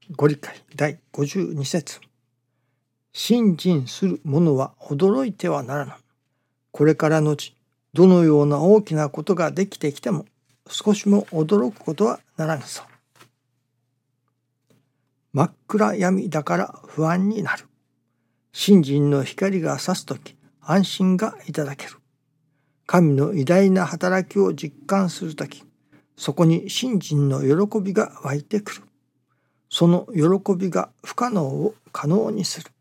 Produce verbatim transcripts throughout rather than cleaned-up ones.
ご理解だいごじゅうに節。信心する者は驚いてはならぬ。これからのち、どのような大きなことができてきても、少しも驚くことはならぬぞ。真っ暗闇だから不安になる。信心の光が差すとき、安心がいただける。神の偉大な働きを実感するとき、そこに信心の喜びが湧いてくる。その喜びが不可能を可能にする。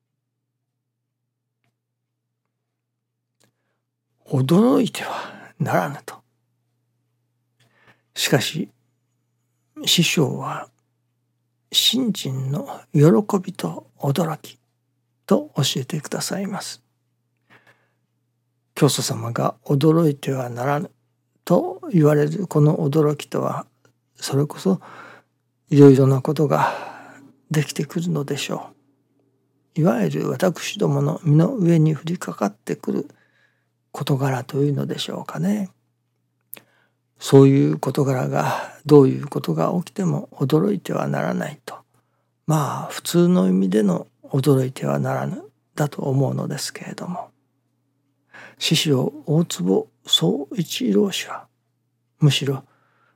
驚いてはならぬと。しかし、師匠は信心の喜びと驚きと教えてくださいます。教祖様が驚いてはならぬと言われるこの驚きとは、それこそいろいろなことができてくるのでしょう。いわゆる私どもの身の上に降りかかってくる事柄というのでしょうかね。そういう事柄がどういうことが起きても驚いてはならないと、まあ普通の意味での驚いてはならぬだと思うのですけれども、師匠大坪宗一郎氏はむしろ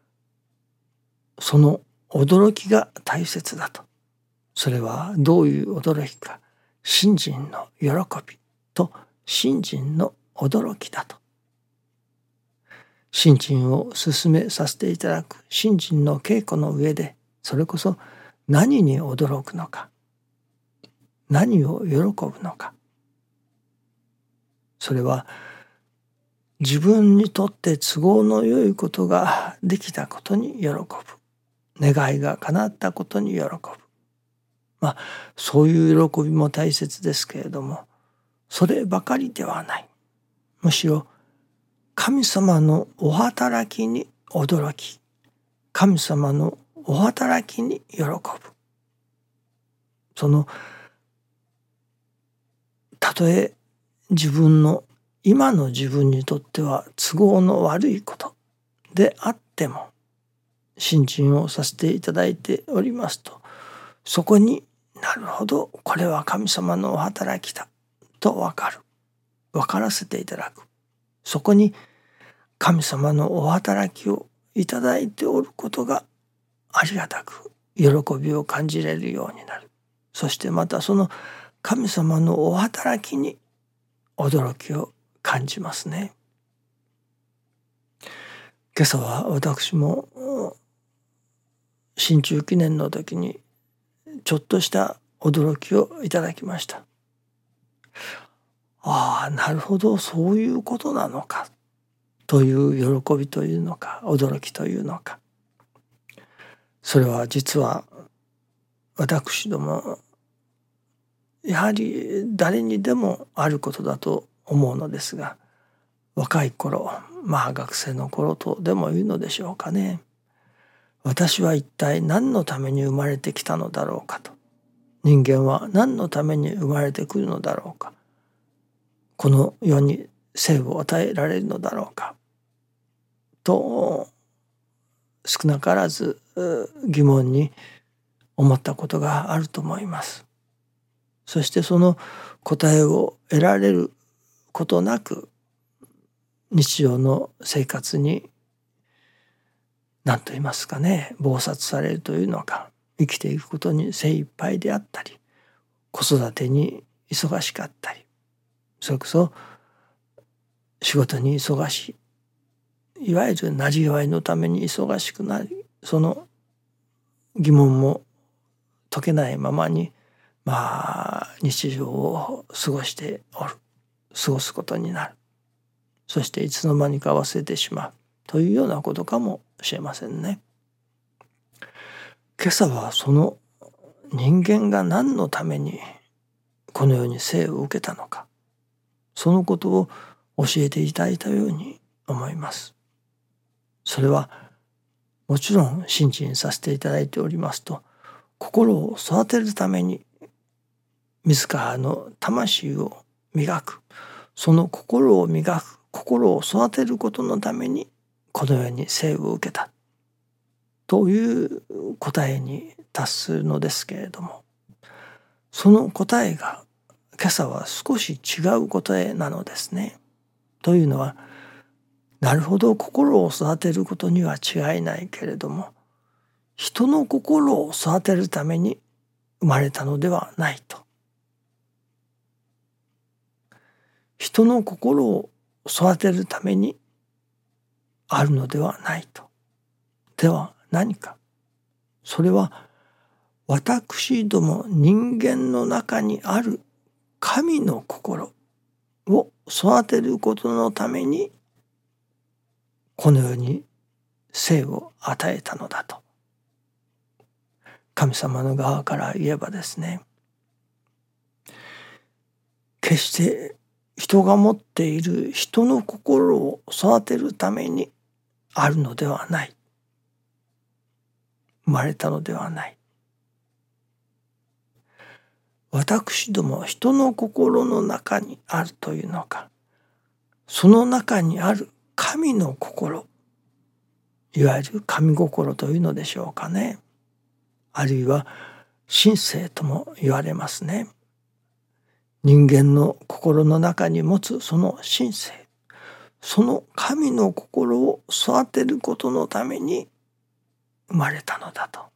その驚きが大切だと。それはどういう驚きか、信心の喜びと信心の驚きだと。信心を進めさせていただく信心の稽古の上で、それこそ何に驚くのか、何を喜ぶのか、それは自分にとって都合のよいことができたことに喜ぶ、願いが叶ったことに喜ぶ。まあそういう喜びも大切ですけれども、そればかりではない。むしろ神様のお働きに驚き、神様のお働きに喜ぶ。そのたとえ自分の今の自分にとっては都合の悪いことであっても、信心をさせていただいておりますと、そこになるほどこれは神様のお働きだと分かる、分からせていただく。そこに神様のお働きをいただいておることがありがたく、喜びを感じれるようになる。そしてまたその神様のお働きに驚きを感じますね。今朝は私も新中記念の時にちょっとした驚きをいただきました。ああ、なるほど、そういうことなのかという喜びというのか、驚きというのか。それは実は私どもやはり誰にでもあることだと思うのですが、若い頃、まあ学生の頃とでも言うのでしょうかね。私は一体何のために生まれてきたのだろうかと。人間は何のために生まれてくるのだろうか。この世に生を与えられるのだろうか。と少なからず疑問に思ったことがあると思います。そしてその答えを得られることなく、日常の生活に何と言いますかね、忙殺されるというのか、生きていくことに精一杯であったり、子育てに忙しかったり、それこそ仕事に忙しい、いわゆるなりわいのために忙しくなり、その疑問も解けないままにまあ日常を過ごしておる、過ごすことになる。そしていつの間にか忘れてしまうというようなことかもしれませんね。今朝はその人間が何のためにこの世に生を受けたのか、そのことを教えていただいたように思います。それはもちろん信心させていただいておりますと、心を育てるために自らの魂を磨く、その心を磨く、心を育てることのためにこの世に生を受けた。 という答えに達するのですけれども、その答えが今朝は少し違う答えなのですね。というのは、なるほど心を育てることには違いないけれども、人の心を育てるために生まれたのではないと。人の心を育てるためにあるのではないと。では何か。それは私ども人間の中にある神の心を育てることのためにこの世に生を与えたのだと。神様の側から言えばですね、決して人が持っている人の心を育てるためにあるのではない。生まれたのではない。私ども人の心の中にあるというのか、その中にある神の心、いわゆる神心というのでしょうかね。あるいは神性とも言われますね。人間の心の中に持つその神性、その神の心を育てることのために生まれたのだと。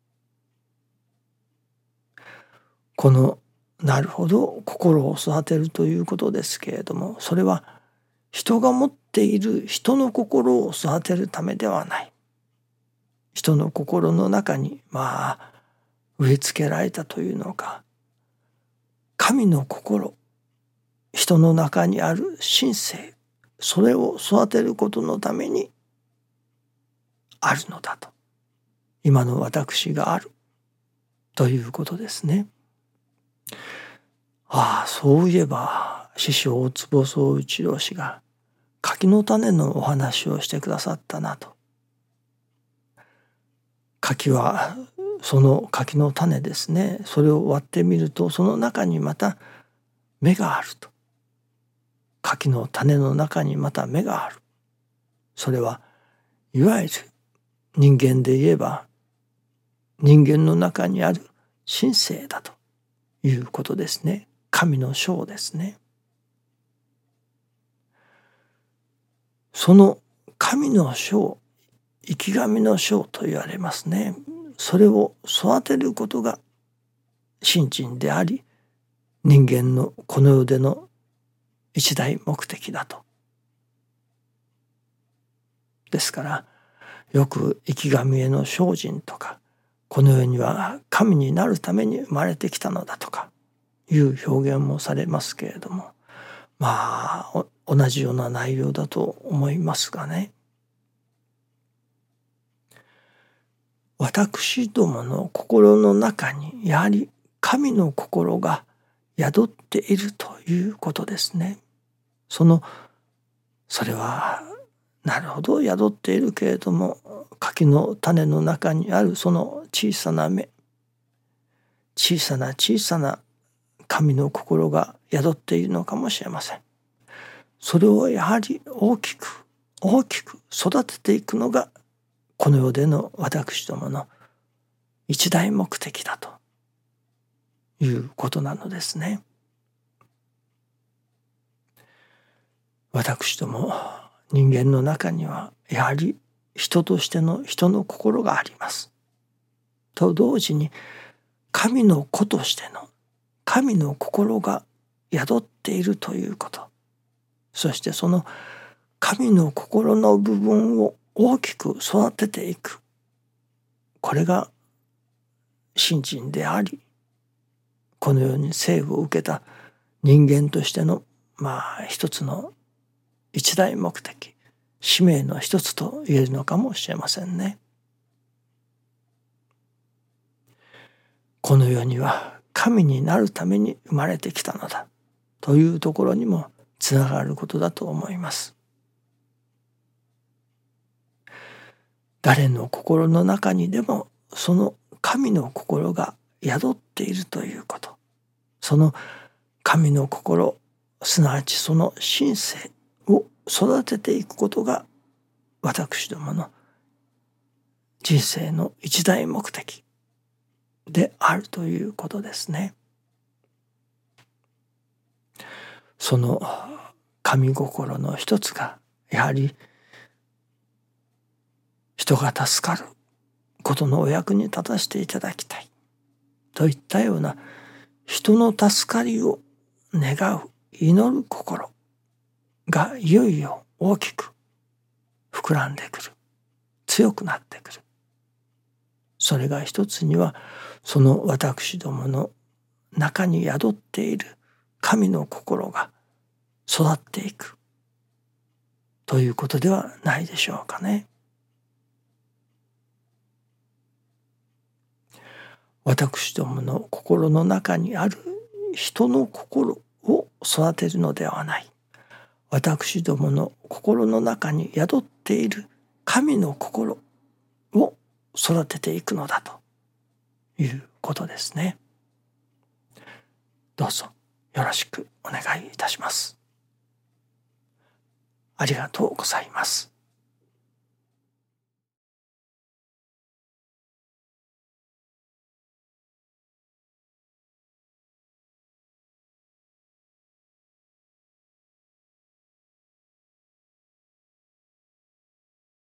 このなるほど心を育てるということですけれども、それは人が持っている人の心を育てるためではない。人の心の中にまあ植え付けられたというのか、神の心、人の中にある神性、それを育てることのためにあるのだと。今の私があるということですね。ああ、そういえば師匠大坪宗一郎氏が柿の種のお話をしてくださったなと。柿はその柿の種ですね。それを割ってみるとその中にまた芽があると。柿の種の中にまた芽がある。それはいわゆる人間で言えば人間の中にある神性だということですね。神の性ですね。その神の性、生き神の性と言われますね。それを育てることが信心であり、人間のこの世での一大目的だと。ですからよく生き神への精進とか、この世には神になるために生まれてきたのだとかいう表現もされますけれども、まあ同じような内容だと思いますがね。私どもの心の中にやはり神の心が宿っているということですね。そのそれはなるほど宿っているけれども、柿の種の中にあるその小さな芽、小さな小さな神の心が宿っているのかもしれません。それをやはり大きく大きく育てていくのがこの世での私どもの一大目的だということなのですね。私ども人間の中にはやはり人としての人の心があります。と同時に神の子としての神の心が宿っているということ。そしてその神の心の部分を大きく育てていく。これが信心であり、この世に生を受けた人間としてのまあ一つの一大目的、使命の一つと言えるのかもしれませんね。この世には神になるために生まれてきたのだというところにもつながることだと思います。誰の心の中にでもその神の心が宿っているということ、その神の心、すなわちその神性を育てていくことが私どもの人生の一大目的であるということですね。その神心の一つがやはり人が助かることのお役に立たせていただきたいといったような人の助かりを願う祈る心がいよいよ大きく膨らんでくる、強くなってくる。それが一つにはその私どもの中に宿っている神の心が育っていくということではないでしょうかね。私どもの心の中にある人の心を育てるのではない、私どもの心の中に宿っている神の心を育てていくのだということですね。どうぞよろしくお願いいたします。ありがとうございます。